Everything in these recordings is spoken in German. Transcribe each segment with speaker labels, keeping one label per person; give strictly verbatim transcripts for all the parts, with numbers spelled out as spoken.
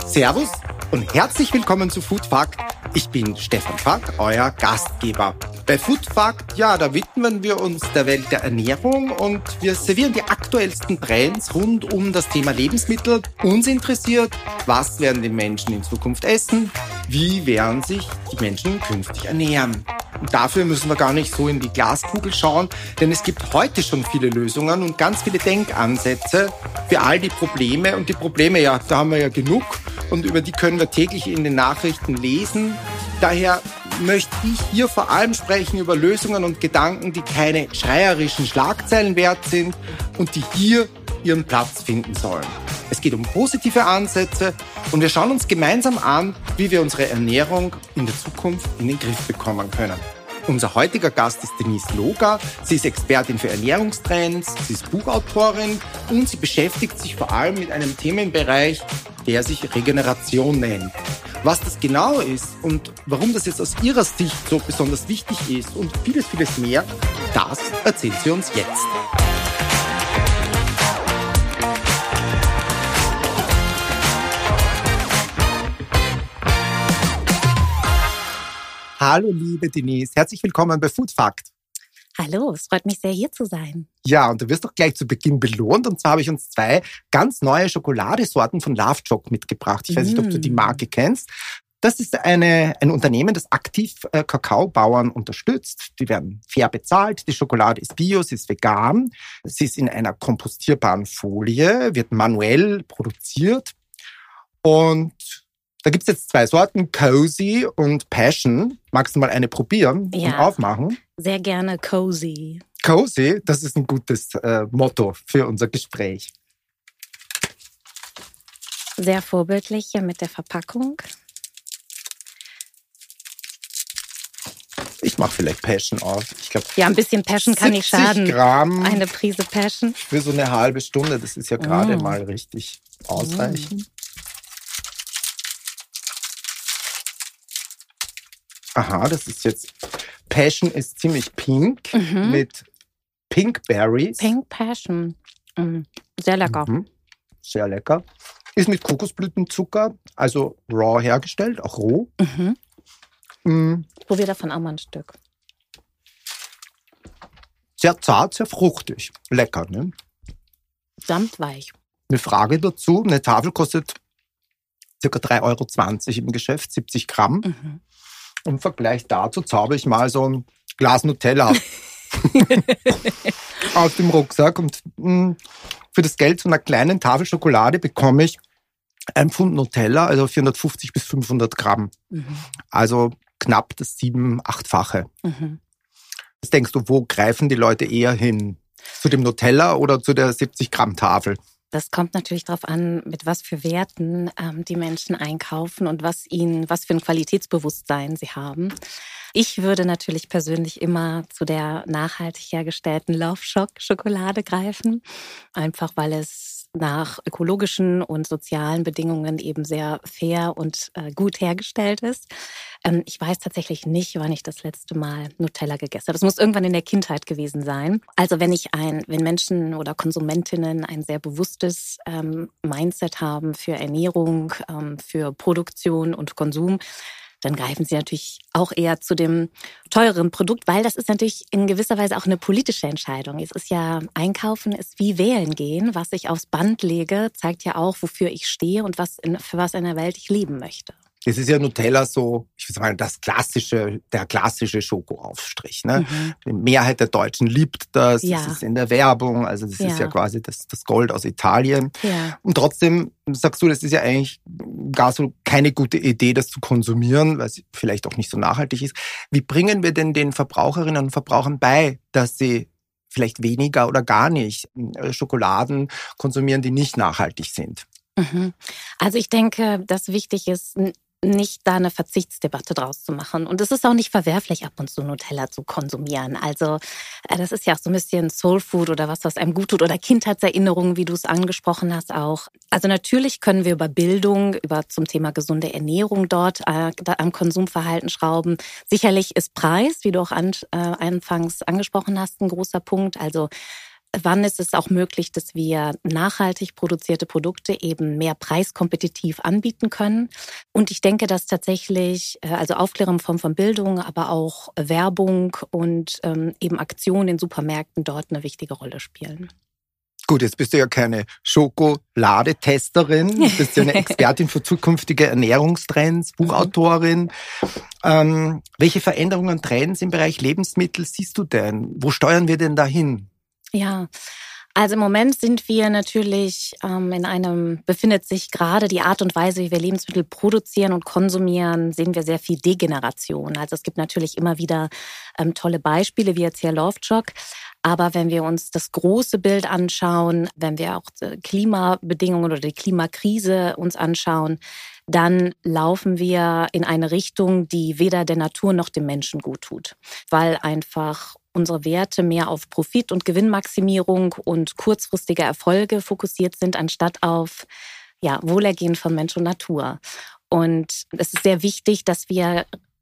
Speaker 1: Servus und herzlich willkommen zu Food Fact. Ich bin Stefan Fack, euer Gastgeber. Bei Food Fact, ja, da widmen wir uns der Welt der Ernährung und wir servieren die aktuellsten Trends rund um das Thema Lebensmittel. Uns interessiert, was werden die Menschen in Zukunft essen? Wie werden sich die Menschen künftig ernähren? Und dafür müssen wir gar nicht so in die Glaskugel schauen, denn es gibt heute schon viele Lösungen und ganz viele Denkansätze für all die Probleme. Und die Probleme, ja, da haben wir ja genug und über die können wir täglich in den Nachrichten lesen. Daher möchte ich hier vor allem sprechen über Lösungen und Gedanken, die keine schreierischen Schlagzeilen wert sind und die hier ihren Platz finden sollen. Es geht um positive Ansätze und wir schauen uns gemeinsam an, wie wir unsere Ernährung in der Zukunft in den Griff bekommen können. Unser heutiger Gast ist Denise Logar. Sie ist Expertin für Ernährungstrends, sie ist Buchautorin und sie beschäftigt sich vor allem mit einem Themenbereich, der sich Regeneration nennt. Was das genau ist und warum das jetzt aus ihrer Sicht so besonders wichtig ist und vieles, vieles mehr, das erzählt sie uns jetzt. Hallo liebe Denise, herzlich willkommen bei Food Fact.
Speaker 2: Hallo, es freut mich sehr, hier zu sein.
Speaker 1: Ja, und du wirst doch gleich zu Beginn belohnt. Und zwar habe ich uns zwei ganz neue Schokoladesorten von Love Choc mitgebracht. Ich weiß nicht, ob du die Marke kennst. Das ist eine, ein Unternehmen, das aktiv äh, Kakaobauern unterstützt. Die werden fair bezahlt. Die Schokolade ist bio, sie ist vegan. Sie ist in einer kompostierbaren Folie, wird manuell produziert. Und da gibt's jetzt zwei Sorten, Cozy und Passion. Magst du mal eine probieren
Speaker 2: ja,
Speaker 1: und aufmachen?
Speaker 2: Sehr gerne Cozy.
Speaker 1: Cozy, das ist ein gutes äh, Motto für unser Gespräch.
Speaker 2: Sehr vorbildlich hier mit der Verpackung.
Speaker 1: Ich mache vielleicht Passion auf. Ich glaube,
Speaker 2: ja, ein bisschen Passion kann nicht schaden.
Speaker 1: Gramm
Speaker 2: eine Prise Passion.
Speaker 1: Für so eine halbe Stunde, das ist ja gerade mm. mal richtig ausreichend. Mm. Aha, das ist jetzt, Passion ist ziemlich pink mhm. mit Pink Berries.
Speaker 2: Pink Passion. Mhm. Sehr lecker. Mhm.
Speaker 1: Sehr lecker. Ist mit Kokosblütenzucker, also raw hergestellt, auch roh.
Speaker 2: Mhm.
Speaker 1: Mhm.
Speaker 2: Ich probiere davon auch mal ein Stück.
Speaker 1: Sehr zart, sehr fruchtig. Lecker, ne?
Speaker 2: Samtweich.
Speaker 1: Eine Frage dazu, eine Tafel kostet ca. drei Euro zwanzig im Geschäft, siebzig Gramm.
Speaker 2: Mhm.
Speaker 1: Im Vergleich dazu zauber ich mal so ein Glas Nutella aus dem Rucksack. Und mh, für das Geld von einer kleinen Tafel Schokolade bekomme ich ein Pfund Nutella, also vierhundertfünfzig bis fünfhundert Gramm.
Speaker 2: Mhm.
Speaker 1: Also knapp das sieben-, achtfache.
Speaker 2: Mhm.
Speaker 1: Was denkst du, wo greifen die Leute eher hin? Zu dem Nutella oder zu der siebzig Gramm Tafel?
Speaker 2: Das kommt natürlich darauf an, mit was für Werten ähm, die Menschen einkaufen und was ihnen, was für ein Qualitätsbewusstsein sie haben. Ich würde natürlich persönlich immer zu der nachhaltig hergestellten Love Choc Schokolade greifen, einfach weil es nach ökologischen und sozialen Bedingungen eben sehr fair und äh, gut hergestellt ist. Ähm, ich weiß tatsächlich nicht, wann ich das letzte Mal Nutella gegessen habe. Das muss irgendwann in der Kindheit gewesen sein. Also wenn ich ein, wenn Menschen oder Konsumentinnen ein sehr bewusstes ähm, Mindset haben für Ernährung, ähm, für Produktion und Konsum, dann greifen sie natürlich auch eher zu dem teureren Produkt, weil das ist natürlich in gewisser Weise auch eine politische Entscheidung. Es ist ja, Einkaufen ist wie wählen gehen. Was ich aufs Band lege, zeigt ja auch, wofür ich stehe und was in, für was in der Welt ich leben möchte.
Speaker 1: Es ist ja Nutella so, ich würde sagen, das klassische, der klassische Schokoaufstrich. Ne? Mhm. Die Mehrheit der Deutschen liebt das,
Speaker 2: ja.
Speaker 1: das ist in der Werbung, also das ja. ist ja quasi das, das Gold aus Italien.
Speaker 2: Ja.
Speaker 1: Und trotzdem sagst du, das ist ja eigentlich gar so keine gute Idee, das zu konsumieren, weil es vielleicht auch nicht so nachhaltig ist. Wie bringen wir denn den Verbraucherinnen und Verbrauchern bei, dass sie vielleicht weniger oder gar nicht Schokoladen konsumieren, die nicht nachhaltig sind?
Speaker 2: Mhm. Also ich denke, dass wichtig ist, nicht da eine Verzichtsdebatte draus zu machen. Und es ist auch nicht verwerflich, ab und zu Nutella zu konsumieren. Also das ist ja auch so ein bisschen Soulfood oder was, was einem gut tut oder Kindheitserinnerungen, wie du es angesprochen hast auch. Also natürlich können wir über Bildung, über zum Thema gesunde Ernährung dort äh, am Konsumverhalten schrauben. Sicherlich ist Preis, wie du auch an, äh, anfangs angesprochen hast, ein großer Punkt. Also Wann ist es auch möglich, dass wir nachhaltig produzierte Produkte eben mehr preiskompetitiv anbieten können? Und ich denke, dass tatsächlich also Aufklärung in Form von Bildung, aber auch Werbung und ähm, eben Aktionen in Supermärkten dort eine wichtige Rolle spielen.
Speaker 1: Gut, jetzt bist du ja keine Schokoladetesterin, du bist ja eine Expertin für zukünftige Ernährungstrends, Buchautorin. Ähm, welche Veränderungen, Trends im Bereich Lebensmittel siehst du denn? Wo steuern wir denn dahin?
Speaker 2: Ja, also im Moment sind wir natürlich ähm, in einem, befindet sich gerade die Art und Weise, wie wir Lebensmittel produzieren und konsumieren, sehen wir sehr viel Degeneration. Also es gibt natürlich immer wieder ähm, tolle Beispiele, wie jetzt hier Lovejock. Aber wenn wir uns das große Bild anschauen, wenn wir auch Klimabedingungen oder die Klimakrise uns anschauen, dann laufen wir in eine Richtung, die weder der Natur noch dem Menschen gut tut, weil einfach unsere Werte mehr auf Profit- und Gewinnmaximierung und kurzfristige Erfolge fokussiert sind, anstatt auf ja, Wohlergehen von Mensch und Natur. Und es ist sehr wichtig, dass wir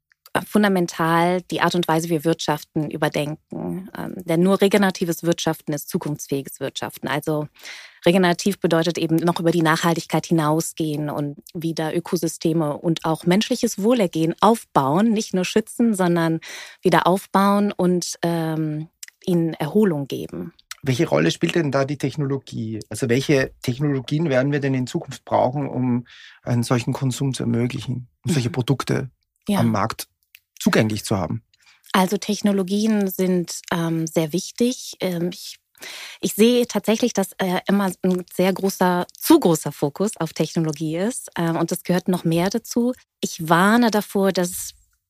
Speaker 2: fundamental die Art und Weise, wie wir wirtschaften, überdenken. Ähm, denn nur regeneratives Wirtschaften ist zukunftsfähiges Wirtschaften. Also regenerativ bedeutet eben noch über die Nachhaltigkeit hinausgehen und wieder Ökosysteme und auch menschliches Wohlergehen aufbauen, nicht nur schützen, sondern wieder aufbauen und ähm, ihnen Erholung geben.
Speaker 1: Welche Rolle spielt denn da die Technologie? Also welche Technologien werden wir denn in Zukunft brauchen, um einen solchen Konsum zu ermöglichen, um solche Produkte ja. am Markt zugänglich zu haben?
Speaker 2: Also Technologien sind ähm, sehr wichtig. Ähm, ich, ich sehe tatsächlich, dass äh, immer ein sehr großer, zu großer Fokus auf Technologie ist. Ähm, und das gehört noch mehr dazu. Ich warne davor, dass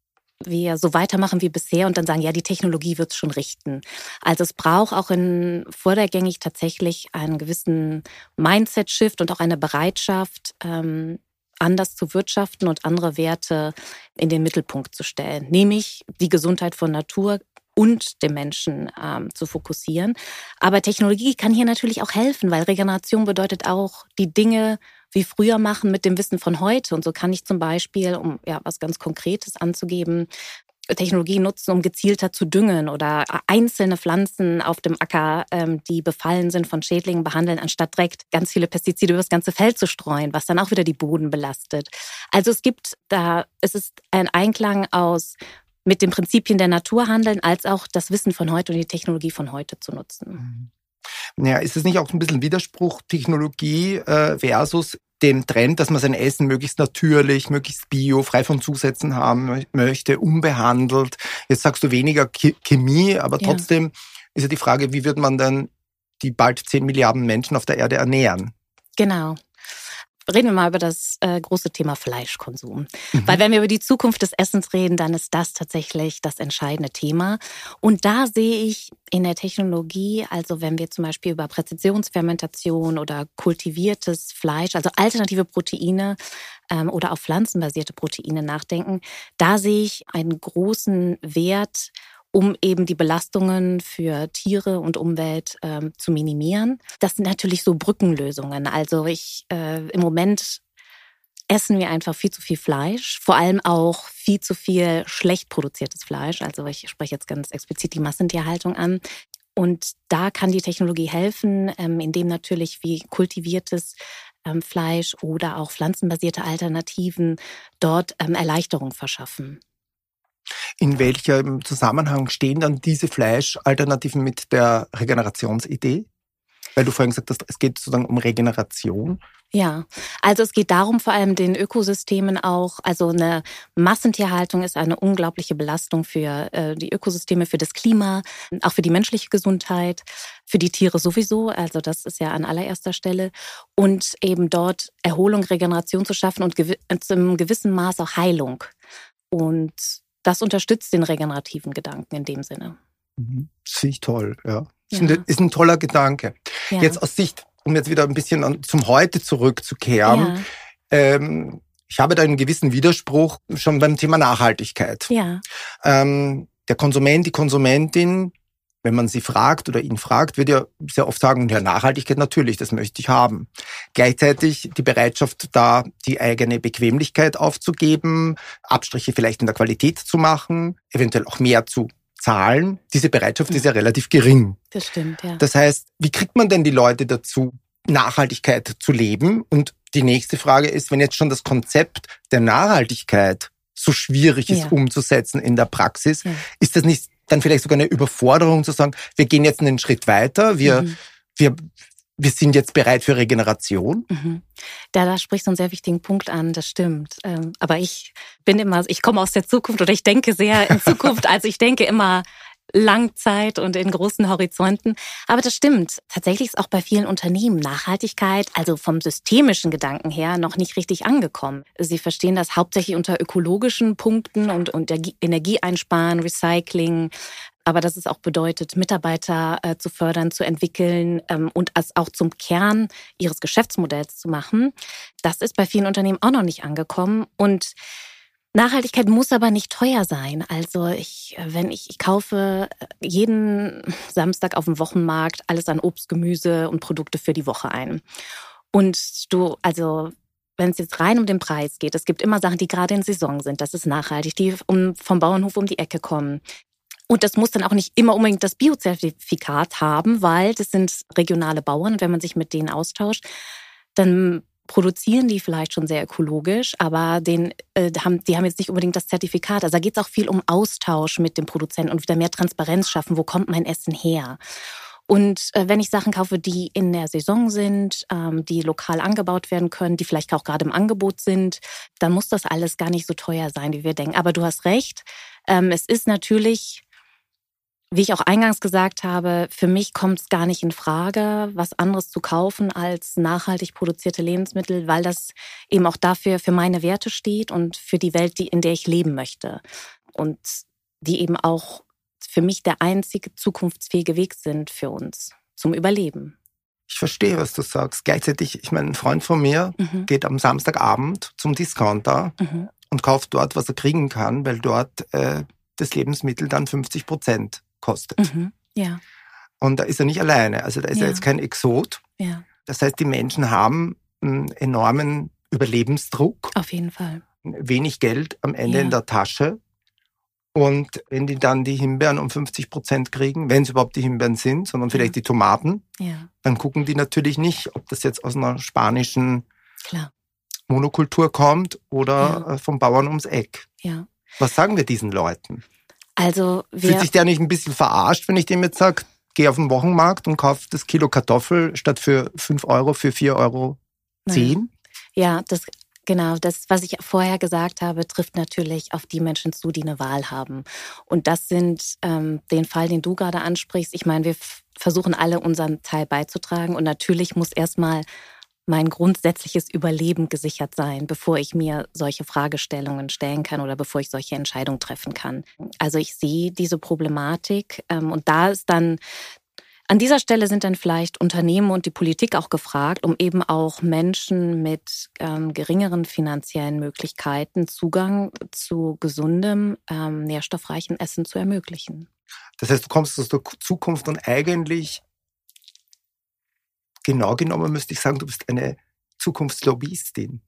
Speaker 2: wir so weitermachen wie bisher und dann sagen, ja, die Technologie wird es schon richten. Also es braucht auch in vordergängig tatsächlich einen gewissen Mindset-Shift und auch eine Bereitschaft, ähm, anders zu wirtschaften und andere Werte in den Mittelpunkt zu stellen, nämlich die Gesundheit von Natur und dem Menschen ähm, zu fokussieren. Aber Technologie kann hier natürlich auch helfen, weil Regeneration bedeutet auch, die Dinge wie früher machen mit dem Wissen von heute. Und so kann ich zum Beispiel, um ja was ganz Konkretes anzugeben, Technologie nutzen, um gezielter zu düngen oder einzelne Pflanzen auf dem Acker, die befallen sind von Schädlingen, behandeln, anstatt direkt ganz viele Pestizide über das ganze Feld zu streuen, was dann auch wieder die Boden belastet. Also es gibt da, es ist ein Einklang aus mit den Prinzipien der Natur handeln, als auch das Wissen von heute und die Technologie von heute zu nutzen.
Speaker 1: Ja, ist es nicht auch ein bisschen Widerspruch, Technologie äh, versus dem Trend, dass man sein Essen möglichst natürlich, möglichst bio, frei von Zusätzen haben möchte, unbehandelt? Jetzt sagst du weniger Chemie, aber trotzdem ja. ist ja die Frage, wie wird man dann die bald zehn Milliarden Menschen auf der Erde ernähren?
Speaker 2: Genau. Reden wir mal über das äh, große Thema Fleischkonsum. Mhm. Weil wenn wir über die Zukunft des Essens reden, dann ist das tatsächlich das entscheidende Thema. Und da sehe ich in der Technologie, also wenn wir zum Beispiel über Präzisionsfermentation oder kultiviertes Fleisch, also alternative Proteine ähm, oder auch pflanzenbasierte Proteine nachdenken, da sehe ich einen großen Wert, um eben die Belastungen für Tiere und Umwelt ähm, zu minimieren. Das sind natürlich so Brückenlösungen. Also ich äh, im Moment essen wir einfach viel zu viel Fleisch, vor allem auch viel zu viel schlecht produziertes Fleisch. Also ich spreche jetzt ganz explizit die Massentierhaltung an. Und da kann die Technologie helfen, ähm, indem natürlich wie kultiviertes ähm, Fleisch oder auch pflanzenbasierte Alternativen dort ähm, Erleichterung verschaffen.
Speaker 1: In welchem Zusammenhang stehen dann diese Fleischalternativen mit der Regenerationsidee? Weil du vorhin gesagt hast, es geht sozusagen um Regeneration.
Speaker 2: Ja, also es geht darum, vor allem den Ökosystemen auch, also eine Massentierhaltung ist eine unglaubliche Belastung für äh, die Ökosysteme, für das Klima, auch für die menschliche Gesundheit, für die Tiere sowieso, also das ist ja an allererster Stelle. Und eben dort Erholung, Regeneration zu schaffen und gew- zu einem gewissen Maß auch Heilung. Und das unterstützt den regenerativen Gedanken in dem Sinne.
Speaker 1: Das finde ich toll, ja. Das ja. ist ein toller Gedanke. Ja. Jetzt aus Sicht, um jetzt wieder ein bisschen zum Heute zurückzukehren, ja. ähm, ich habe da einen gewissen Widerspruch schon beim Thema Nachhaltigkeit.
Speaker 2: Ja.
Speaker 1: Ähm, der Konsument, die Konsumentin, wenn man sie fragt oder ihn fragt, wird ja sehr oft sagen, ja, Nachhaltigkeit natürlich, das möchte ich haben. Gleichzeitig die Bereitschaft da, die eigene Bequemlichkeit aufzugeben, Abstriche vielleicht in der Qualität zu machen, eventuell auch mehr zu zahlen, diese Bereitschaft ist ja relativ gering.
Speaker 2: Das stimmt, ja.
Speaker 1: Das heißt, wie kriegt man denn die Leute dazu, Nachhaltigkeit zu leben? Und die nächste Frage ist, wenn jetzt schon das Konzept der Nachhaltigkeit so schwierig ist
Speaker 2: ja.
Speaker 1: umzusetzen in der Praxis, ja. ist das nicht dann vielleicht sogar eine Überforderung zu sagen, wir gehen jetzt einen Schritt weiter, wir, mhm. wir, wir sind jetzt bereit für Regeneration?
Speaker 2: Mhm. Da, da sprichst du einen sehr wichtigen Punkt an, das stimmt. Ähm, aber ich bin immer, ich komme aus der Zukunft oder ich denke sehr in Zukunft, also ich denke immer Langzeit und in großen Horizonten. Aber das stimmt. Tatsächlich ist auch bei vielen Unternehmen Nachhaltigkeit, also vom systemischen Gedanken her, noch nicht richtig angekommen. Sie verstehen das hauptsächlich unter ökologischen Punkten und, und Energie einsparen, Recycling. Aber dass es auch bedeutet, Mitarbeiter äh, zu fördern, zu entwickeln ähm, und es auch zum Kern ihres Geschäftsmodells zu machen. Das ist bei vielen Unternehmen auch noch nicht angekommen. Und Nachhaltigkeit muss aber nicht teuer sein. Also ich, wenn ich, ich kaufe jeden Samstag auf dem Wochenmarkt alles an Obst, Gemüse und Produkte für die Woche ein. Und du, also wenn es jetzt rein um den Preis geht, es gibt immer Sachen, die gerade in Saison sind. Das ist nachhaltig, die um, vom Bauernhof um die Ecke kommen. Und das muss dann auch nicht immer unbedingt das Biozertifikat haben, weil das sind regionale Bauern. Und wenn man sich mit denen austauscht, dann produzieren die vielleicht schon sehr ökologisch, aber den, äh, haben, die haben jetzt nicht unbedingt das Zertifikat. Also da geht es auch viel um Austausch mit dem Produzenten und wieder mehr Transparenz schaffen. Wo kommt mein Essen her? Und äh, wenn ich Sachen kaufe, die in der Saison sind, ähm, die lokal angebaut werden können, die vielleicht auch gerade im Angebot sind, dann muss das alles gar nicht so teuer sein, wie wir denken. Aber du hast recht, ähm, es ist natürlich, wie ich auch eingangs gesagt habe, für mich kommt es gar nicht in Frage, was anderes zu kaufen als nachhaltig produzierte Lebensmittel, weil das eben auch dafür für meine Werte steht und für die Welt, die, in der ich leben möchte. Und die eben auch für mich der einzige zukunftsfähige Weg sind für uns zum Überleben.
Speaker 1: Ich verstehe, was du sagst. Gleichzeitig, ich meine, ein Freund von mir mhm. geht am Samstagabend zum Discounter mhm. und kauft dort, was er kriegen kann, weil dort äh, das Lebensmittel dann fünfzig Prozent kostet.
Speaker 2: Mhm. Ja.
Speaker 1: Und da ist er nicht alleine. Also da ist ja. er jetzt kein Exot.
Speaker 2: Ja.
Speaker 1: Das heißt, die Menschen haben einen enormen Überlebensdruck.
Speaker 2: Auf jeden Fall.
Speaker 1: Wenig Geld am Ende ja. in der Tasche. Und wenn die dann die Himbeeren um fünfzig Prozent kriegen, wenn es überhaupt die Himbeeren sind, sondern vielleicht ja. die Tomaten,
Speaker 2: ja.
Speaker 1: dann gucken die natürlich nicht, ob das jetzt aus einer spanischen
Speaker 2: Klar.
Speaker 1: Monokultur kommt oder ja. vom Bauern ums Eck.
Speaker 2: Ja.
Speaker 1: Was sagen wir diesen Leuten?
Speaker 2: Also wir
Speaker 1: Fühlt sich der nicht ein bisschen verarscht, wenn ich dem jetzt sage, geh auf den Wochenmarkt und kauf das Kilo Kartoffel statt für fünf Euro für vier Euro zehn?
Speaker 2: Ja, das genau, das, was ich vorher gesagt habe, trifft natürlich auf die Menschen zu, die eine Wahl haben. Und das sind ähm, den Fall, den du gerade ansprichst. Ich meine, wir f- versuchen alle unseren Teil beizutragen und natürlich muss erstmal mein grundsätzliches Überleben gesichert sein, bevor ich mir solche Fragestellungen stellen kann oder bevor ich solche Entscheidungen treffen kann. Also ich sehe diese Problematik ähm, und da ist dann, an dieser Stelle sind dann vielleicht Unternehmen und die Politik auch gefragt, um eben auch Menschen mit ähm, geringeren finanziellen Möglichkeiten Zugang zu gesundem, ähm, nährstoffreichem Essen zu ermöglichen.
Speaker 1: Das heißt, du kommst aus der Zukunft und eigentlich genau genommen müsste ich sagen, du bist eine Zukunftslobbyistin.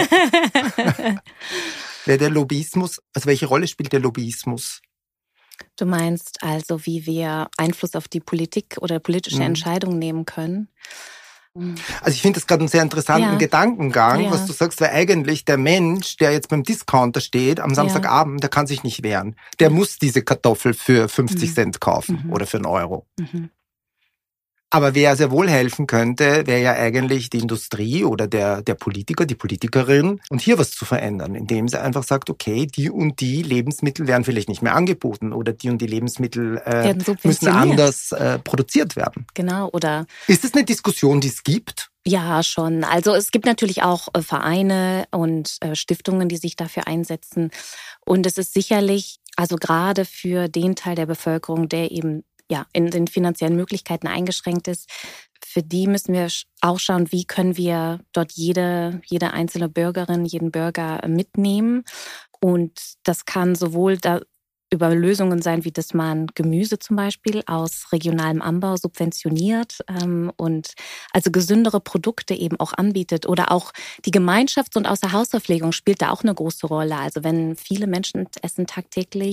Speaker 1: Wer der Lobbyismus, also welche Rolle spielt der Lobbyismus?
Speaker 2: Du meinst also, wie wir Einfluss auf die Politik oder politische mhm. Entscheidungen nehmen können?
Speaker 1: Also ich finde das gerade einen sehr interessanten ja. Gedankengang, ja. was du sagst, weil eigentlich der Mensch, der jetzt beim Discounter steht am Samstagabend, ja. der kann sich nicht wehren. Der ja. muss diese Kartoffel für fünfzig mhm. Cent kaufen mhm. oder für einen Euro.
Speaker 2: Mhm.
Speaker 1: Aber wer sehr wohl helfen könnte, wäre ja eigentlich die Industrie oder der, der Politiker, die Politikerin und hier was zu verändern, indem sie einfach sagt, okay, die und die Lebensmittel werden vielleicht nicht mehr angeboten oder die und die Lebensmittel äh, müssen anders äh, produziert werden.
Speaker 2: Genau, oder...
Speaker 1: Ist das eine Diskussion, die es gibt?
Speaker 2: Ja, schon. Also es gibt natürlich auch äh, Vereine und äh, Stiftungen, die sich dafür einsetzen. Und es ist sicherlich, also gerade für den Teil der Bevölkerung, der eben ja, in den finanziellen Möglichkeiten eingeschränkt ist. Für die müssen wir auch schauen, wie können wir dort jede, jede einzelne Bürgerin, jeden Bürger mitnehmen. Und das kann sowohl da über Lösungen sein, wie dass man Gemüse zum Beispiel aus regionalem Anbau subventioniert ähm, und also gesündere Produkte eben auch anbietet. Oder auch die Gemeinschafts- und Außerhausverpflegung spielt da auch eine große Rolle. Also wenn viele Menschen essen tagtäglich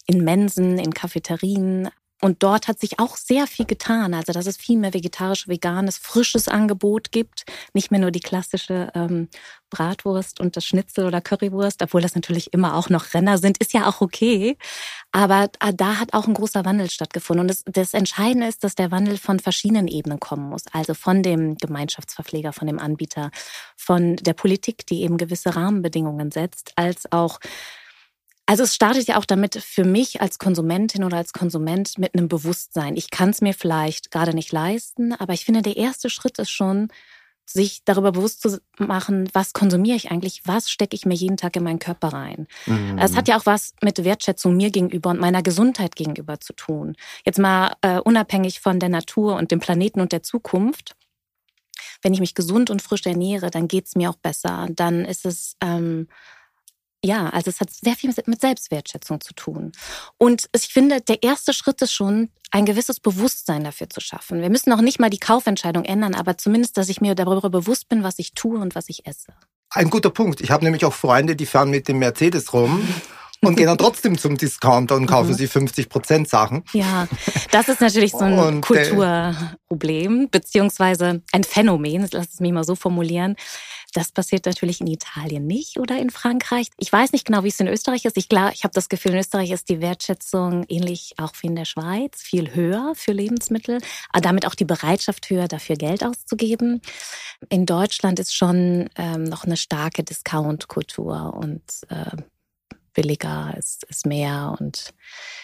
Speaker 2: in Mensen, in Cafeterien. Und dort hat sich auch sehr viel getan. Also dass es viel mehr vegetarisch, veganes, frisches Angebot gibt. Nicht mehr nur die klassische ähm, Bratwurst und das Schnitzel oder Currywurst, obwohl das natürlich immer auch noch Renner sind, ist ja auch okay. Aber da hat auch ein großer Wandel stattgefunden. Und das, das Entscheidende ist, dass der Wandel von verschiedenen Ebenen kommen muss. Also von dem Gemeinschaftsverpfleger, von dem Anbieter, von der Politik, die eben gewisse Rahmenbedingungen setzt, als auch Also es startet ja auch damit für mich als Konsumentin oder als Konsument mit einem Bewusstsein. Ich kann es mir vielleicht gerade nicht leisten, aber ich finde, der erste Schritt ist schon, sich darüber bewusst zu machen, was konsumiere ich eigentlich, was stecke ich mir jeden Tag in meinen Körper rein. Mhm. Es hat ja auch was mit Wertschätzung mir gegenüber und meiner Gesundheit gegenüber zu tun. Jetzt mal äh, unabhängig von der Natur und dem Planeten und der Zukunft. Wenn ich mich gesund und frisch ernähre, dann geht es mir auch besser. Dann ist es... Ähm, Ja, also es hat sehr viel mit Selbstwertschätzung zu tun. Und ich finde, der erste Schritt ist schon, ein gewisses Bewusstsein dafür zu schaffen. Wir müssen auch nicht mal die Kaufentscheidung ändern, aber zumindest, dass ich mir darüber bewusst bin, was ich tue und was ich esse.
Speaker 1: Ein guter Punkt. Ich habe nämlich auch Freunde, die fahren mit dem Mercedes rum und gehen dann trotzdem zum Discounter und kaufen mhm. sie fünfzig Prozent Sachen.
Speaker 2: Ja, das ist natürlich so ein und, Kulturproblem, beziehungsweise ein Phänomen, lass es mich mal so formulieren. Das passiert natürlich in Italien nicht oder in Frankreich. Ich weiß nicht genau, wie es in Österreich ist. Ich glaube, ich habe das Gefühl, in Österreich ist die Wertschätzung ähnlich auch wie in der Schweiz, viel höher für Lebensmittel, aber damit auch die Bereitschaft höher, dafür Geld auszugeben. In Deutschland ist schon ähm, noch eine starke Discount-Kultur und äh, billiger ist, ist mehr und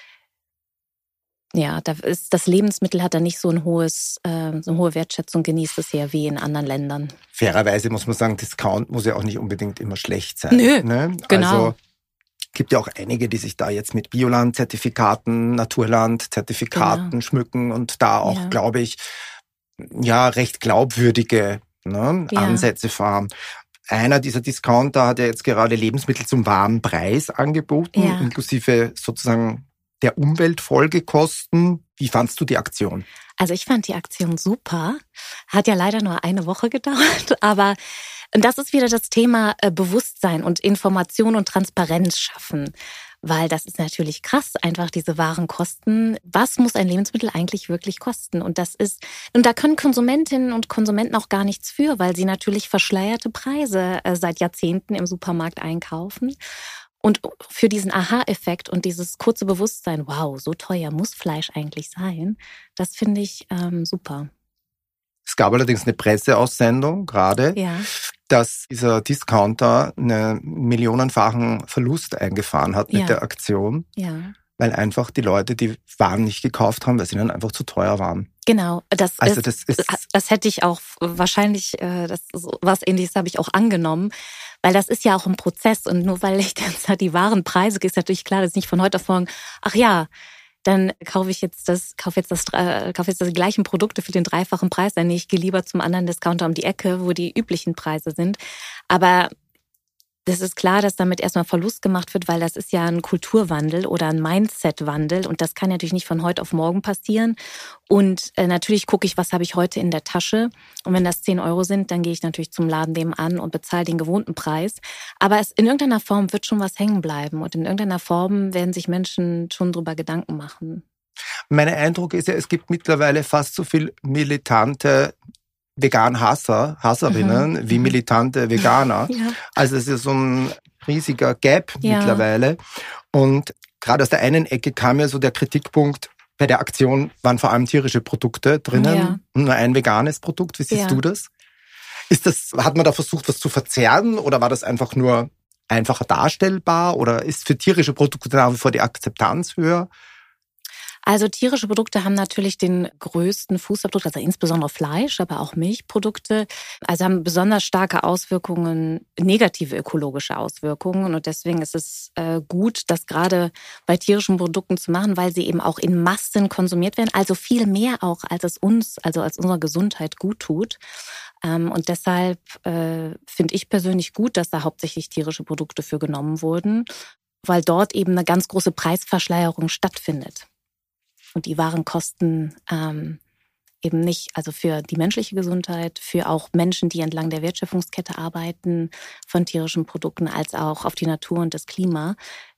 Speaker 2: ja, da ist das Lebensmittel hat da nicht so ein hohes, äh, so eine hohe Wertschätzung genießt bisher wie in anderen Ländern.
Speaker 1: Fairerweise muss man sagen, Discount muss ja auch nicht unbedingt immer schlecht sein.
Speaker 2: Nö,
Speaker 1: ne?
Speaker 2: genau.
Speaker 1: Also gibt ja auch einige, die sich da jetzt mit Bioland-Zertifikaten, Naturland-Zertifikaten genau. schmücken und da auch, ja. glaube ich, ja recht glaubwürdige ne, ja. Ansätze fahren. Einer dieser Discounter hat ja jetzt gerade Lebensmittel zum wahren Preis angeboten, ja. inklusive sozusagen der Umweltfolgekosten. Wie fandst du die Aktion?
Speaker 2: Also ich fand die Aktion super. Hat ja leider nur eine Woche gedauert, aber das ist wieder das Thema Bewusstsein und Information und Transparenz schaffen. Weil das ist natürlich krass, einfach diese wahren Kosten. Was muss ein Lebensmittel eigentlich wirklich kosten? Und das ist, und da können Konsumentinnen und Konsumenten auch gar nichts für, weil sie natürlich verschleierte Preise seit Jahrzehnten im Supermarkt einkaufen. Und für diesen Aha-Effekt und dieses kurze Bewusstsein, wow, so teuer muss Fleisch eigentlich sein, das finde ich ähm, super.
Speaker 1: Es gab allerdings eine Presseaussendung gerade,
Speaker 2: ja.
Speaker 1: dass dieser Discounter einen millionenfachen Verlust eingefahren hat mit
Speaker 2: ja.
Speaker 1: der Aktion,
Speaker 2: ja.
Speaker 1: weil einfach die Leute die Waren nicht gekauft haben, weil sie dann einfach zu teuer waren.
Speaker 2: Genau, das,
Speaker 1: also
Speaker 2: ist,
Speaker 1: das, ist
Speaker 2: das hätte ich auch wahrscheinlich, das was Ähnliches habe ich auch angenommen, weil das ist ja auch ein Prozess und nur weil ich dann die wahren Preise, ist natürlich klar, das ist nicht von heute auf morgen, ach ja, dann kaufe ich jetzt das, kaufe jetzt das, kaufe jetzt die gleichen Produkte für den dreifachen Preis, dann gehe ich lieber zum anderen Discounter um die Ecke, wo die üblichen Preise sind. Aber das ist klar, dass damit erstmal Verlust gemacht wird, weil das ist ja ein Kulturwandel oder ein Mindset-Wandel und das kann natürlich nicht von heute auf morgen passieren. Und äh, natürlich gucke ich, was habe ich heute in der Tasche und wenn das zehn Euro sind, dann gehe ich natürlich zum Laden nebenan und bezahle den gewohnten Preis. Aber es in irgendeiner Form wird schon was hängen bleiben und in irgendeiner Form werden sich Menschen schon drüber Gedanken machen.
Speaker 1: Mein Eindruck ist ja, es gibt mittlerweile fast so viel militante Vegan-Hasser, Hasserinnen, mhm. wie militante Veganer. Ja. Also es ist so ein riesiger Gap ja. mittlerweile. Und gerade aus der einen Ecke kam ja so der Kritikpunkt, bei der Aktion waren vor allem tierische Produkte drinnen
Speaker 2: ja.
Speaker 1: und nur ein veganes Produkt. Wie siehst
Speaker 2: ja.
Speaker 1: du das? Ist das? Hat man da versucht, was zu verzerren oder war das einfach nur einfacher darstellbar oder ist für tierische Produkte nach wie vor die Akzeptanz höher?
Speaker 2: Also tierische Produkte haben natürlich den größten Fußabdruck, also insbesondere Fleisch, aber auch Milchprodukte. Also haben besonders starke Auswirkungen, negative ökologische Auswirkungen. Und deswegen ist es äh, gut, das gerade bei tierischen Produkten zu machen, weil sie eben auch in Massen konsumiert werden. Also viel mehr auch, als es uns, also als unserer Gesundheit gut tut. Ähm, und deshalb äh, finde ich persönlich gut, dass da hauptsächlich tierische Produkte für genommen wurden, weil dort eben eine ganz große Preisverschleierung stattfindet. Und die wahren Kosten ähm, eben nicht, also für die menschliche Gesundheit, für auch Menschen, die entlang der Wertschöpfungskette arbeiten von tierischen Produkten, als auch auf die Natur und das Klima,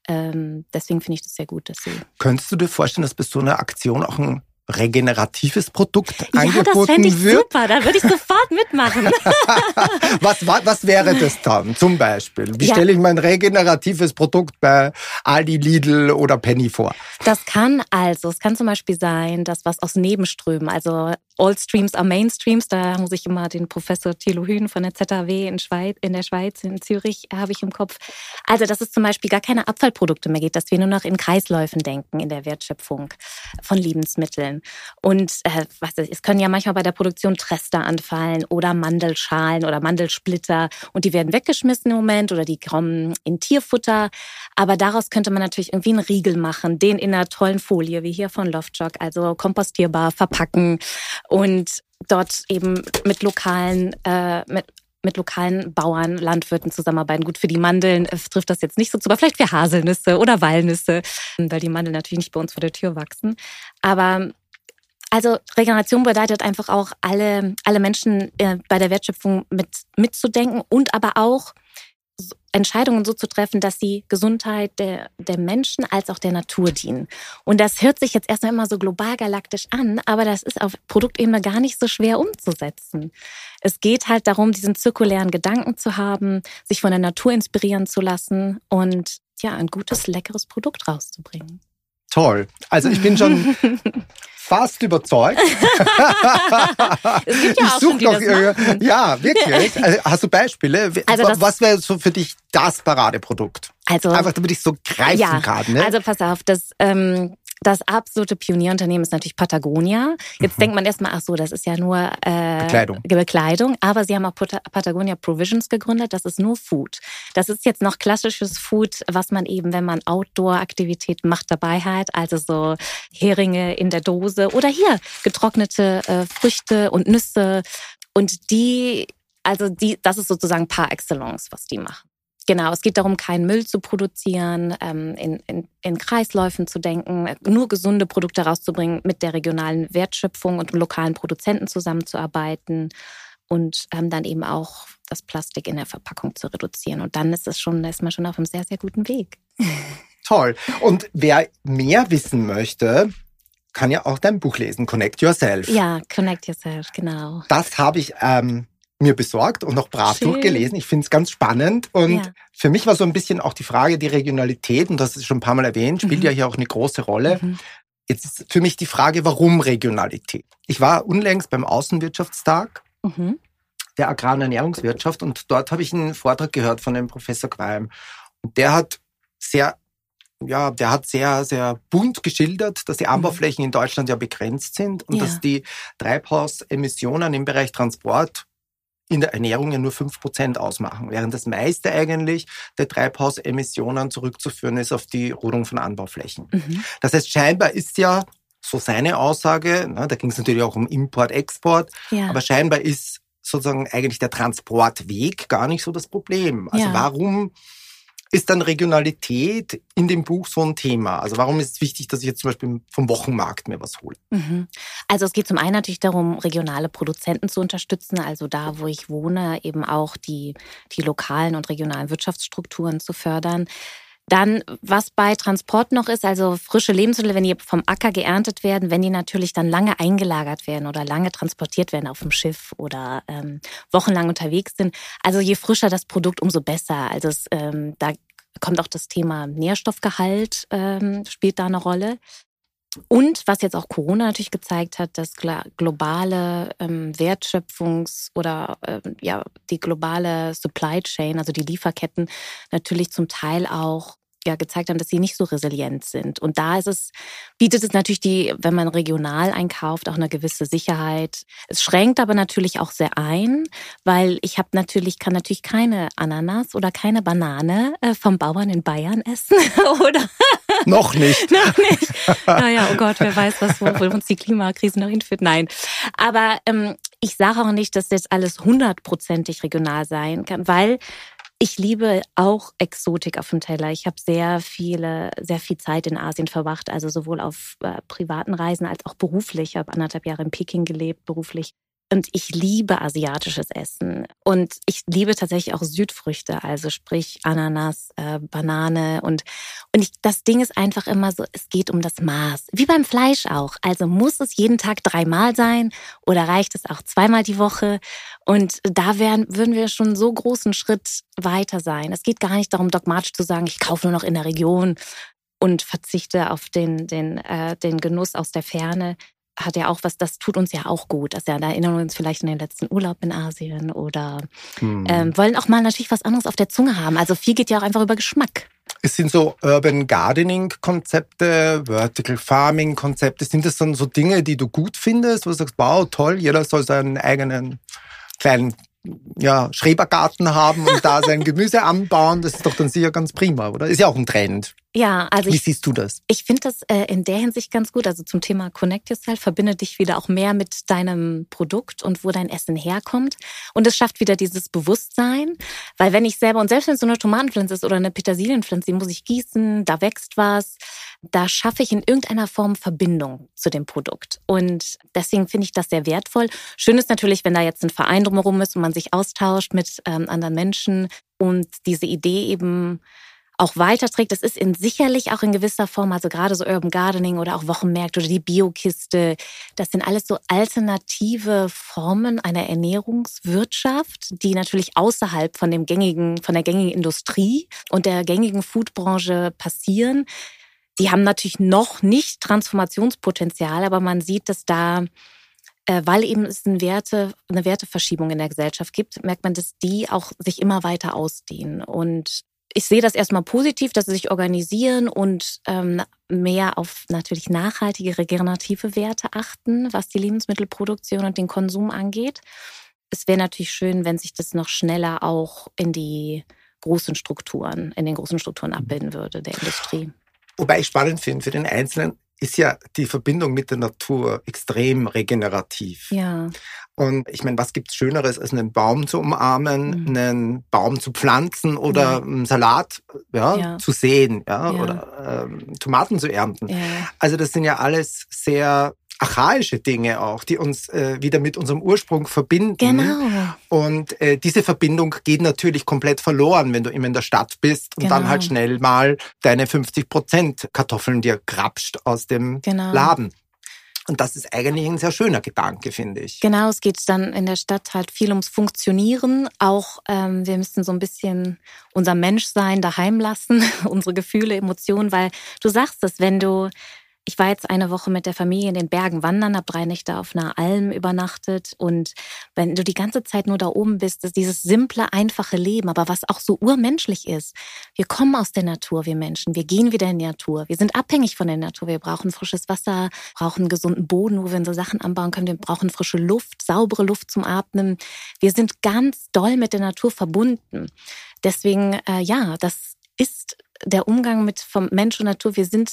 Speaker 2: ähm, deswegen finde ich das sehr gut, dass sie...
Speaker 1: Könntest du dir vorstellen, dass bei so einer Aktion auch ein regeneratives Produkt
Speaker 2: ja,
Speaker 1: angeboten wird?
Speaker 2: Ja, das fände ich super, da würde ich sofort mitmachen.
Speaker 1: was, was, was wäre das dann zum Beispiel? Wie ja. stelle ich mein regeneratives Produkt bei Aldi, Lidl oder Penny vor?
Speaker 2: Das kann also, es kann zum Beispiel sein, dass was aus Nebenströmen, also All Streams are Mainstreams, da muss ich immer den Professor Thilo Hühn von der Z H W in, Schweiz, in der Schweiz, in Zürich, habe ich im Kopf. Also, dass es zum Beispiel gar keine Abfallprodukte mehr gibt, dass wir nur noch in Kreisläufen denken in der Wertschöpfung von Lebensmitteln. Und äh, was ist, es können ja manchmal bei der Produktion Trester anfallen oder Mandelschalen oder Mandelsplitter und die werden weggeschmissen im Moment oder die kommen in Tierfutter. Aber daraus könnte man natürlich irgendwie einen Riegel machen, den in einer tollen Folie, wie hier von Lovejock, also kompostierbar verpacken und dort eben mit lokalen, äh, mit mit lokalen Bauern, Landwirten zusammenarbeiten. Gut, für die Mandeln äh, trifft das jetzt nicht so zu, aber vielleicht für Haselnüsse oder Walnüsse, weil die Mandeln natürlich nicht bei uns vor der Tür wachsen. Aber also Regeneration bedeutet einfach auch, alle, alle Menschen äh, bei der Wertschöpfung mit, mitzudenken und aber auch Entscheidungen so zu treffen, dass sie Gesundheit der, der Menschen als auch der Natur dienen. Und das hört sich jetzt erstmal immer so global galaktisch an, aber das ist auf Produktebene gar nicht so schwer umzusetzen. Es geht halt darum, diesen zirkulären Gedanken zu haben, sich von der Natur inspirieren zu lassen und ja, ein gutes, leckeres Produkt rauszubringen.
Speaker 1: Toll. Also ich bin schon fast überzeugt.
Speaker 2: Es gibt ja
Speaker 1: ich
Speaker 2: auch schon, die
Speaker 1: noch,
Speaker 2: das machen.
Speaker 1: Ja, wirklich. Also, hast du Beispiele?
Speaker 2: Also das,
Speaker 1: Was wäre so für dich das Paradeprodukt?
Speaker 2: Also,
Speaker 1: einfach damit ich es so greifen
Speaker 2: ja,
Speaker 1: kann. Ne?
Speaker 2: Also pass auf, das... Ähm, Das absolute Pionierunternehmen ist natürlich Patagonia. Jetzt mhm. denkt man erstmal, ach so, das ist ja nur äh,
Speaker 1: Bekleidung.
Speaker 2: Bekleidung. Aber sie haben auch Patagonia Provisions gegründet. Das ist nur Food. Das ist jetzt noch klassisches Food, was man eben, wenn man Outdoor-Aktivitäten macht, dabei hat. Also so Heringe in der Dose oder hier getrocknete äh, Früchte und Nüsse. Und die, also die, das ist sozusagen par excellence, was die machen. Genau, es geht darum, keinen Müll zu produzieren, in, in, in Kreisläufen zu denken, nur gesunde Produkte rauszubringen, mit der regionalen Wertschöpfung und lokalen Produzenten zusammenzuarbeiten und ähm, dann eben auch das Plastik in der Verpackung zu reduzieren. Und dann ist es schon, da ist man schon auf einem sehr, sehr guten Weg.
Speaker 1: Toll. Und wer mehr wissen möchte, kann ja auch dein Buch lesen, Connect Yourself.
Speaker 2: Ja, Connect Yourself, genau.
Speaker 1: Das habe ich... Ähm mir besorgt und noch brav Schön. durchgelesen. Ich finde es ganz spannend. Und ja. für mich war so ein bisschen auch die Frage, die Regionalität, und das ist schon ein paar Mal erwähnt, spielt mhm. ja hier auch eine große Rolle. Mhm. Jetzt ist für mich die Frage, warum Regionalität? Ich war unlängst beim Außenwirtschaftstag mhm. der Agrar- und Ernährungswirtschaft und dort habe ich einen Vortrag gehört von dem Professor Qualm. Und der hat sehr, ja, der hat sehr, sehr bunt geschildert, dass die Anbauflächen mhm. in Deutschland ja begrenzt sind und ja. dass die Treibhausemissionen im Bereich Transport in der Ernährung ja nur fünf Prozent ausmachen, während das meiste eigentlich der Treibhausemissionen zurückzuführen ist auf die Rodung von Anbauflächen. Mhm. Das heißt, scheinbar ist ja, so seine Aussage, na, da ging es natürlich auch um Import, Export, ja. aber scheinbar ist sozusagen eigentlich der Transportweg gar nicht so das Problem. Also ja. warum ist dann Regionalität in dem Buch so ein Thema? Also warum ist es wichtig, dass ich jetzt zum Beispiel vom Wochenmarkt mir was hole?
Speaker 2: Also es geht zum einen natürlich darum, regionale Produzenten zu unterstützen, also da, wo ich wohne, eben auch die, die lokalen und regionalen Wirtschaftsstrukturen zu fördern. Dann, was bei Transport noch ist, also frische Lebensmittel, wenn die vom Acker geerntet werden, wenn die natürlich dann lange eingelagert werden oder lange transportiert werden auf dem Schiff oder ähm, wochenlang unterwegs sind. Also je frischer das Produkt, umso besser. Also es, ähm, da kommt auch das Thema Nährstoffgehalt, ähm, spielt da eine Rolle. Und was jetzt auch Corona natürlich gezeigt hat, dass globale ähm, Wertschöpfungs- oder äh, ja die globale Supply Chain, also die Lieferketten, natürlich zum Teil auch ja gezeigt haben, dass sie nicht so resilient sind. Und da ist es, bietet es natürlich die, wenn man regional einkauft, auch eine gewisse Sicherheit. Es schränkt aber natürlich auch sehr ein, weil ich habe natürlich, kann natürlich keine Ananas oder keine Banane äh, vom Bauern in Bayern essen. Oder
Speaker 1: noch nicht.
Speaker 2: noch nicht. Naja, oh Gott, wer weiß, was, wo, wo uns die Klimakrise noch hinführt. Nein. Aber ähm, ich sage auch nicht, dass jetzt alles hundertprozentig regional sein kann, weil ich liebe auch Exotik auf dem Teller. Ich habe sehr viele, sehr viel Zeit in Asien verbracht, also sowohl auf äh, privaten Reisen als auch beruflich. Ich habe anderthalb Jahre in Peking gelebt, beruflich. Und ich liebe asiatisches Essen. Und ich liebe tatsächlich auch Südfrüchte, also sprich Ananas, äh, Banane. Und, und ich, das Ding ist einfach immer so, es geht um das Maß. Wie beim Fleisch auch. Also muss es jeden Tag dreimal sein oder reicht es auch zweimal die Woche? Und da wären, würden wir schon so großen Schritt weiter sein. Es geht gar nicht darum, dogmatisch zu sagen, ich kaufe nur noch in der Region und verzichte auf den, den, äh, den Genuss aus der Ferne. Hat ja auch was, das tut uns ja auch gut. Also ja, da erinnern wir uns vielleicht an den letzten Urlaub in Asien oder hm. ähm, wollen auch mal natürlich was anderes auf der Zunge haben. Also viel geht ja auch einfach über Geschmack.
Speaker 1: Es sind so Urban Gardening Konzepte, Vertical Farming Konzepte. Sind das dann so Dinge, die du gut findest, wo du sagst, wow, toll, jeder soll seinen eigenen kleinen ja, Schrebergarten haben und da sein Gemüse anbauen? Das ist doch dann sicher ganz prima, oder? Ist ja auch ein Trend.
Speaker 2: Ja, also
Speaker 1: Wie
Speaker 2: ich,
Speaker 1: siehst du das?
Speaker 2: Ich finde das äh, in der Hinsicht ganz gut. Also zum Thema Connect Yourself, verbinde dich wieder auch mehr mit deinem Produkt und wo dein Essen herkommt. Und es schafft wieder dieses Bewusstsein. Weil wenn ich selber, und selbst wenn es so eine Tomatenpflanze ist oder eine Petersilienpflanze, die muss ich gießen, da wächst was, da schaffe ich in irgendeiner Form Verbindung zu dem Produkt. Und deswegen finde ich das sehr wertvoll. Schön ist natürlich, wenn da jetzt ein Verein drumherum ist und man sich austauscht mit ähm, anderen Menschen und diese Idee eben auch weiterträgt. Das ist in sicherlich auch in gewisser Form, also gerade so Urban Gardening oder auch Wochenmärkte oder die Biokiste, das sind alles so alternative Formen einer Ernährungswirtschaft, die natürlich außerhalb von dem gängigen, von der gängigen Industrie und der gängigen Foodbranche passieren. Die haben natürlich noch nicht Transformationspotenzial, aber man sieht, dass da, äh, weil eben es eine, Werte, eine Werteverschiebung in der Gesellschaft gibt, merkt man, dass die auch sich immer weiter ausdehnen. Und ich sehe das erstmal positiv, dass sie sich organisieren und ähm, mehr auf natürlich nachhaltige, regenerative Werte achten, was die Lebensmittelproduktion und den Konsum angeht. Es wäre natürlich schön, wenn sich das noch schneller auch in die großen Strukturen, in den großen Strukturen abbilden würde, der Industrie.
Speaker 1: Wobei ich spannend finde, für den Einzelnen ist ja die Verbindung mit der Natur extrem regenerativ.
Speaker 2: Ja.
Speaker 1: Und ich meine, was gibt's Schöneres, als einen Baum zu umarmen, mhm. einen Baum zu pflanzen oder ja. einen Salat ja, ja. zu säen ja, ja. oder ähm, Tomaten zu ernten. Ja. Also das sind ja alles sehr archaische Dinge auch, die uns äh, wieder mit unserem Ursprung verbinden.
Speaker 2: Genau.
Speaker 1: Und äh, diese Verbindung geht natürlich komplett verloren, wenn du immer in der Stadt bist und genau. dann halt schnell mal deine fünfzig Prozent Kartoffeln dir grapscht aus dem genau. Laden. Und das ist eigentlich ein sehr schöner Gedanke, finde ich.
Speaker 2: Genau, es geht dann in der Stadt halt viel ums Funktionieren. Auch ähm, wir müssen so ein bisschen unser Menschsein daheim lassen, unsere Gefühle, Emotionen, weil du sagst es, wenn du Ich war jetzt eine Woche mit der Familie in den Bergen wandern, habe drei Nächte auf einer Alm übernachtet. Und wenn du die ganze Zeit nur da oben bist, ist dieses simple, einfache Leben, aber was auch so urmenschlich ist. Wir kommen aus der Natur, wir Menschen. Wir gehen wieder in die Natur. Wir sind abhängig von der Natur. Wir brauchen frisches Wasser, brauchen einen gesunden Boden, wo wir unsere Sachen anbauen können. Wir brauchen frische Luft, saubere Luft zum Atmen. Wir sind ganz doll mit der Natur verbunden. Deswegen, äh, ja, das ist der Umgang mit vom Mensch und Natur. Wir sind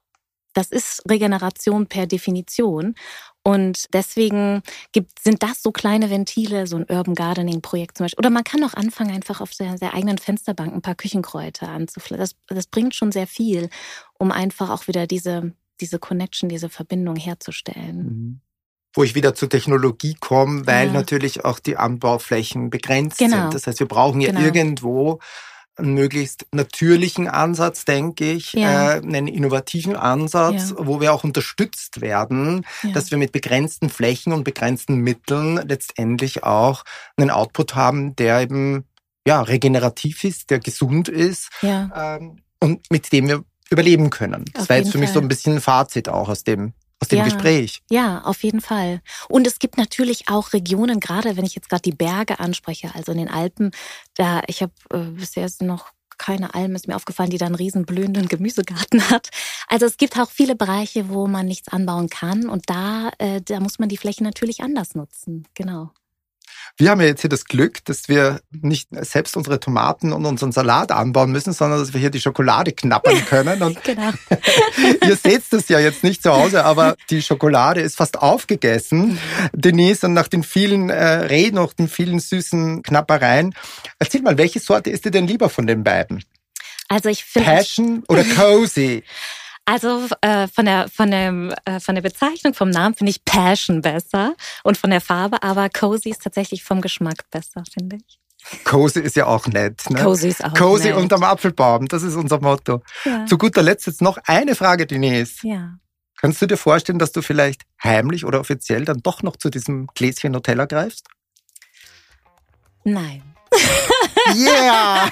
Speaker 2: Das ist Regeneration per Definition. Und deswegen gibt, sind das so kleine Ventile, so ein Urban Gardening Projekt zum Beispiel. Oder man kann auch anfangen, einfach auf der, der eigenen Fensterbank ein paar Küchenkräuter anzupflanzen. Das, das bringt schon sehr viel, um einfach auch wieder diese, diese Connection, diese Verbindung herzustellen.
Speaker 1: Mhm. Wo ich wieder zur Technologie komme, weil ja. natürlich auch die Anbauflächen begrenzt
Speaker 2: genau.
Speaker 1: sind. Das heißt, wir brauchen ja genau. irgendwo einen möglichst natürlichen Ansatz, denke ich,
Speaker 2: ja.
Speaker 1: äh, einen innovativen Ansatz, ja. wo wir auch unterstützt werden, ja. dass wir mit begrenzten Flächen und begrenzten Mitteln letztendlich auch einen Output haben, der eben ja regenerativ ist, der gesund ist
Speaker 2: ja.
Speaker 1: ähm, und mit dem wir überleben können. Das
Speaker 2: Auf
Speaker 1: war jetzt für
Speaker 2: Fall.
Speaker 1: mich so ein bisschen ein Fazit auch aus dem Aus dem
Speaker 2: ja,
Speaker 1: Gespräch.
Speaker 2: Ja, auf jeden Fall. Und es gibt natürlich auch Regionen, gerade wenn ich jetzt gerade die Berge anspreche, also in den Alpen, da ich habe äh, bisher ist noch keine Alm, ist mir aufgefallen, die da einen riesen blühenden Gemüsegarten hat. Also es gibt auch viele Bereiche, wo man nichts anbauen kann und da, äh, da muss man die Fläche natürlich anders nutzen. Genau.
Speaker 1: Wir haben ja jetzt hier das Glück, dass wir nicht selbst unsere Tomaten und unseren Salat anbauen müssen, sondern dass wir hier die Schokolade knabbern können. Und
Speaker 2: genau.
Speaker 1: Ihr seht das ja jetzt nicht zu Hause, aber die Schokolade ist fast aufgegessen. Denise, und nach den vielen äh, Reden, nach den vielen süßen Knappereien, erzähl mal, welche Sorte ist dir denn lieber von den beiden?
Speaker 2: Also ich finde
Speaker 1: Passion oder Cozy?
Speaker 2: Also äh, von der von der äh, von der Bezeichnung vom Namen finde ich Passion besser und von der Farbe, aber Cozy ist tatsächlich vom Geschmack besser, finde ich.
Speaker 1: Cozy ist ja auch nett. Ne?
Speaker 2: Cozy ist auch
Speaker 1: Cozy
Speaker 2: nett.
Speaker 1: unterm Apfelbaum, das ist unser Motto.
Speaker 2: Ja.
Speaker 1: Zu guter Letzt jetzt noch eine Frage, Denise.
Speaker 2: Ja.
Speaker 1: Kannst du dir vorstellen, dass du vielleicht heimlich oder offiziell dann doch noch zu diesem Gläschen Nutella greifst?
Speaker 2: Nein.
Speaker 1: Yeah!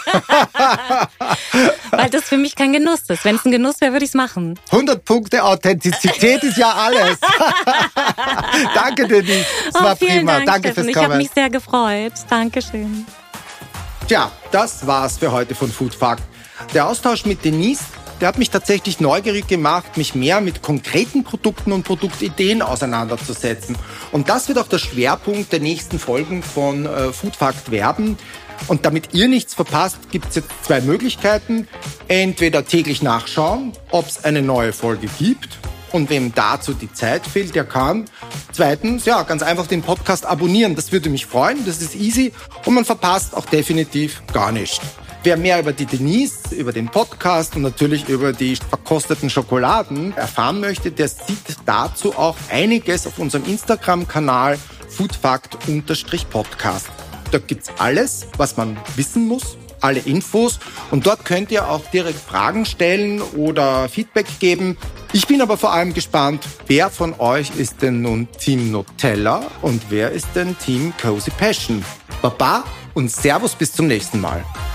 Speaker 2: Weil das für mich kein Genuss ist. Wenn es ein Genuss wäre, würde ich es machen.
Speaker 1: hundert Punkte Authentizität ist ja alles. Danke, Denise. Das
Speaker 2: oh,
Speaker 1: war
Speaker 2: vielen
Speaker 1: prima.
Speaker 2: Dank,
Speaker 1: Danke
Speaker 2: Steffen.
Speaker 1: fürs
Speaker 2: Ich
Speaker 1: Kommen.
Speaker 2: habe mich sehr gefreut. Dankeschön.
Speaker 1: Tja, das war's für heute von Foodfakt. Der Austausch mit Denise, der hat mich tatsächlich neugierig gemacht, mich mehr mit konkreten Produkten und Produktideen auseinanderzusetzen. Und das wird auch der Schwerpunkt der nächsten Folgen von äh, Foodfakt werden. Und damit ihr nichts verpasst, gibt's jetzt zwei Möglichkeiten. Entweder täglich nachschauen, ob es eine neue Folge gibt. Und wem dazu die Zeit fehlt, der kann. Zweitens, ja, ganz einfach den Podcast abonnieren. Das würde mich freuen, das ist easy. Und man verpasst auch definitiv gar nichts. Wer mehr über die Denise, über den Podcast und natürlich über die verkosteten Schokoladen erfahren möchte, der sieht dazu auch einiges auf unserem Instagram-Kanal foodfakt-podcast. Dort gibt's alles, was man wissen muss, alle Infos. Und dort könnt ihr auch direkt Fragen stellen oder Feedback geben. Ich bin aber vor allem gespannt, wer von euch ist denn nun Team Nutella und wer ist denn Team Cozy Passion? Baba und Servus bis zum nächsten Mal.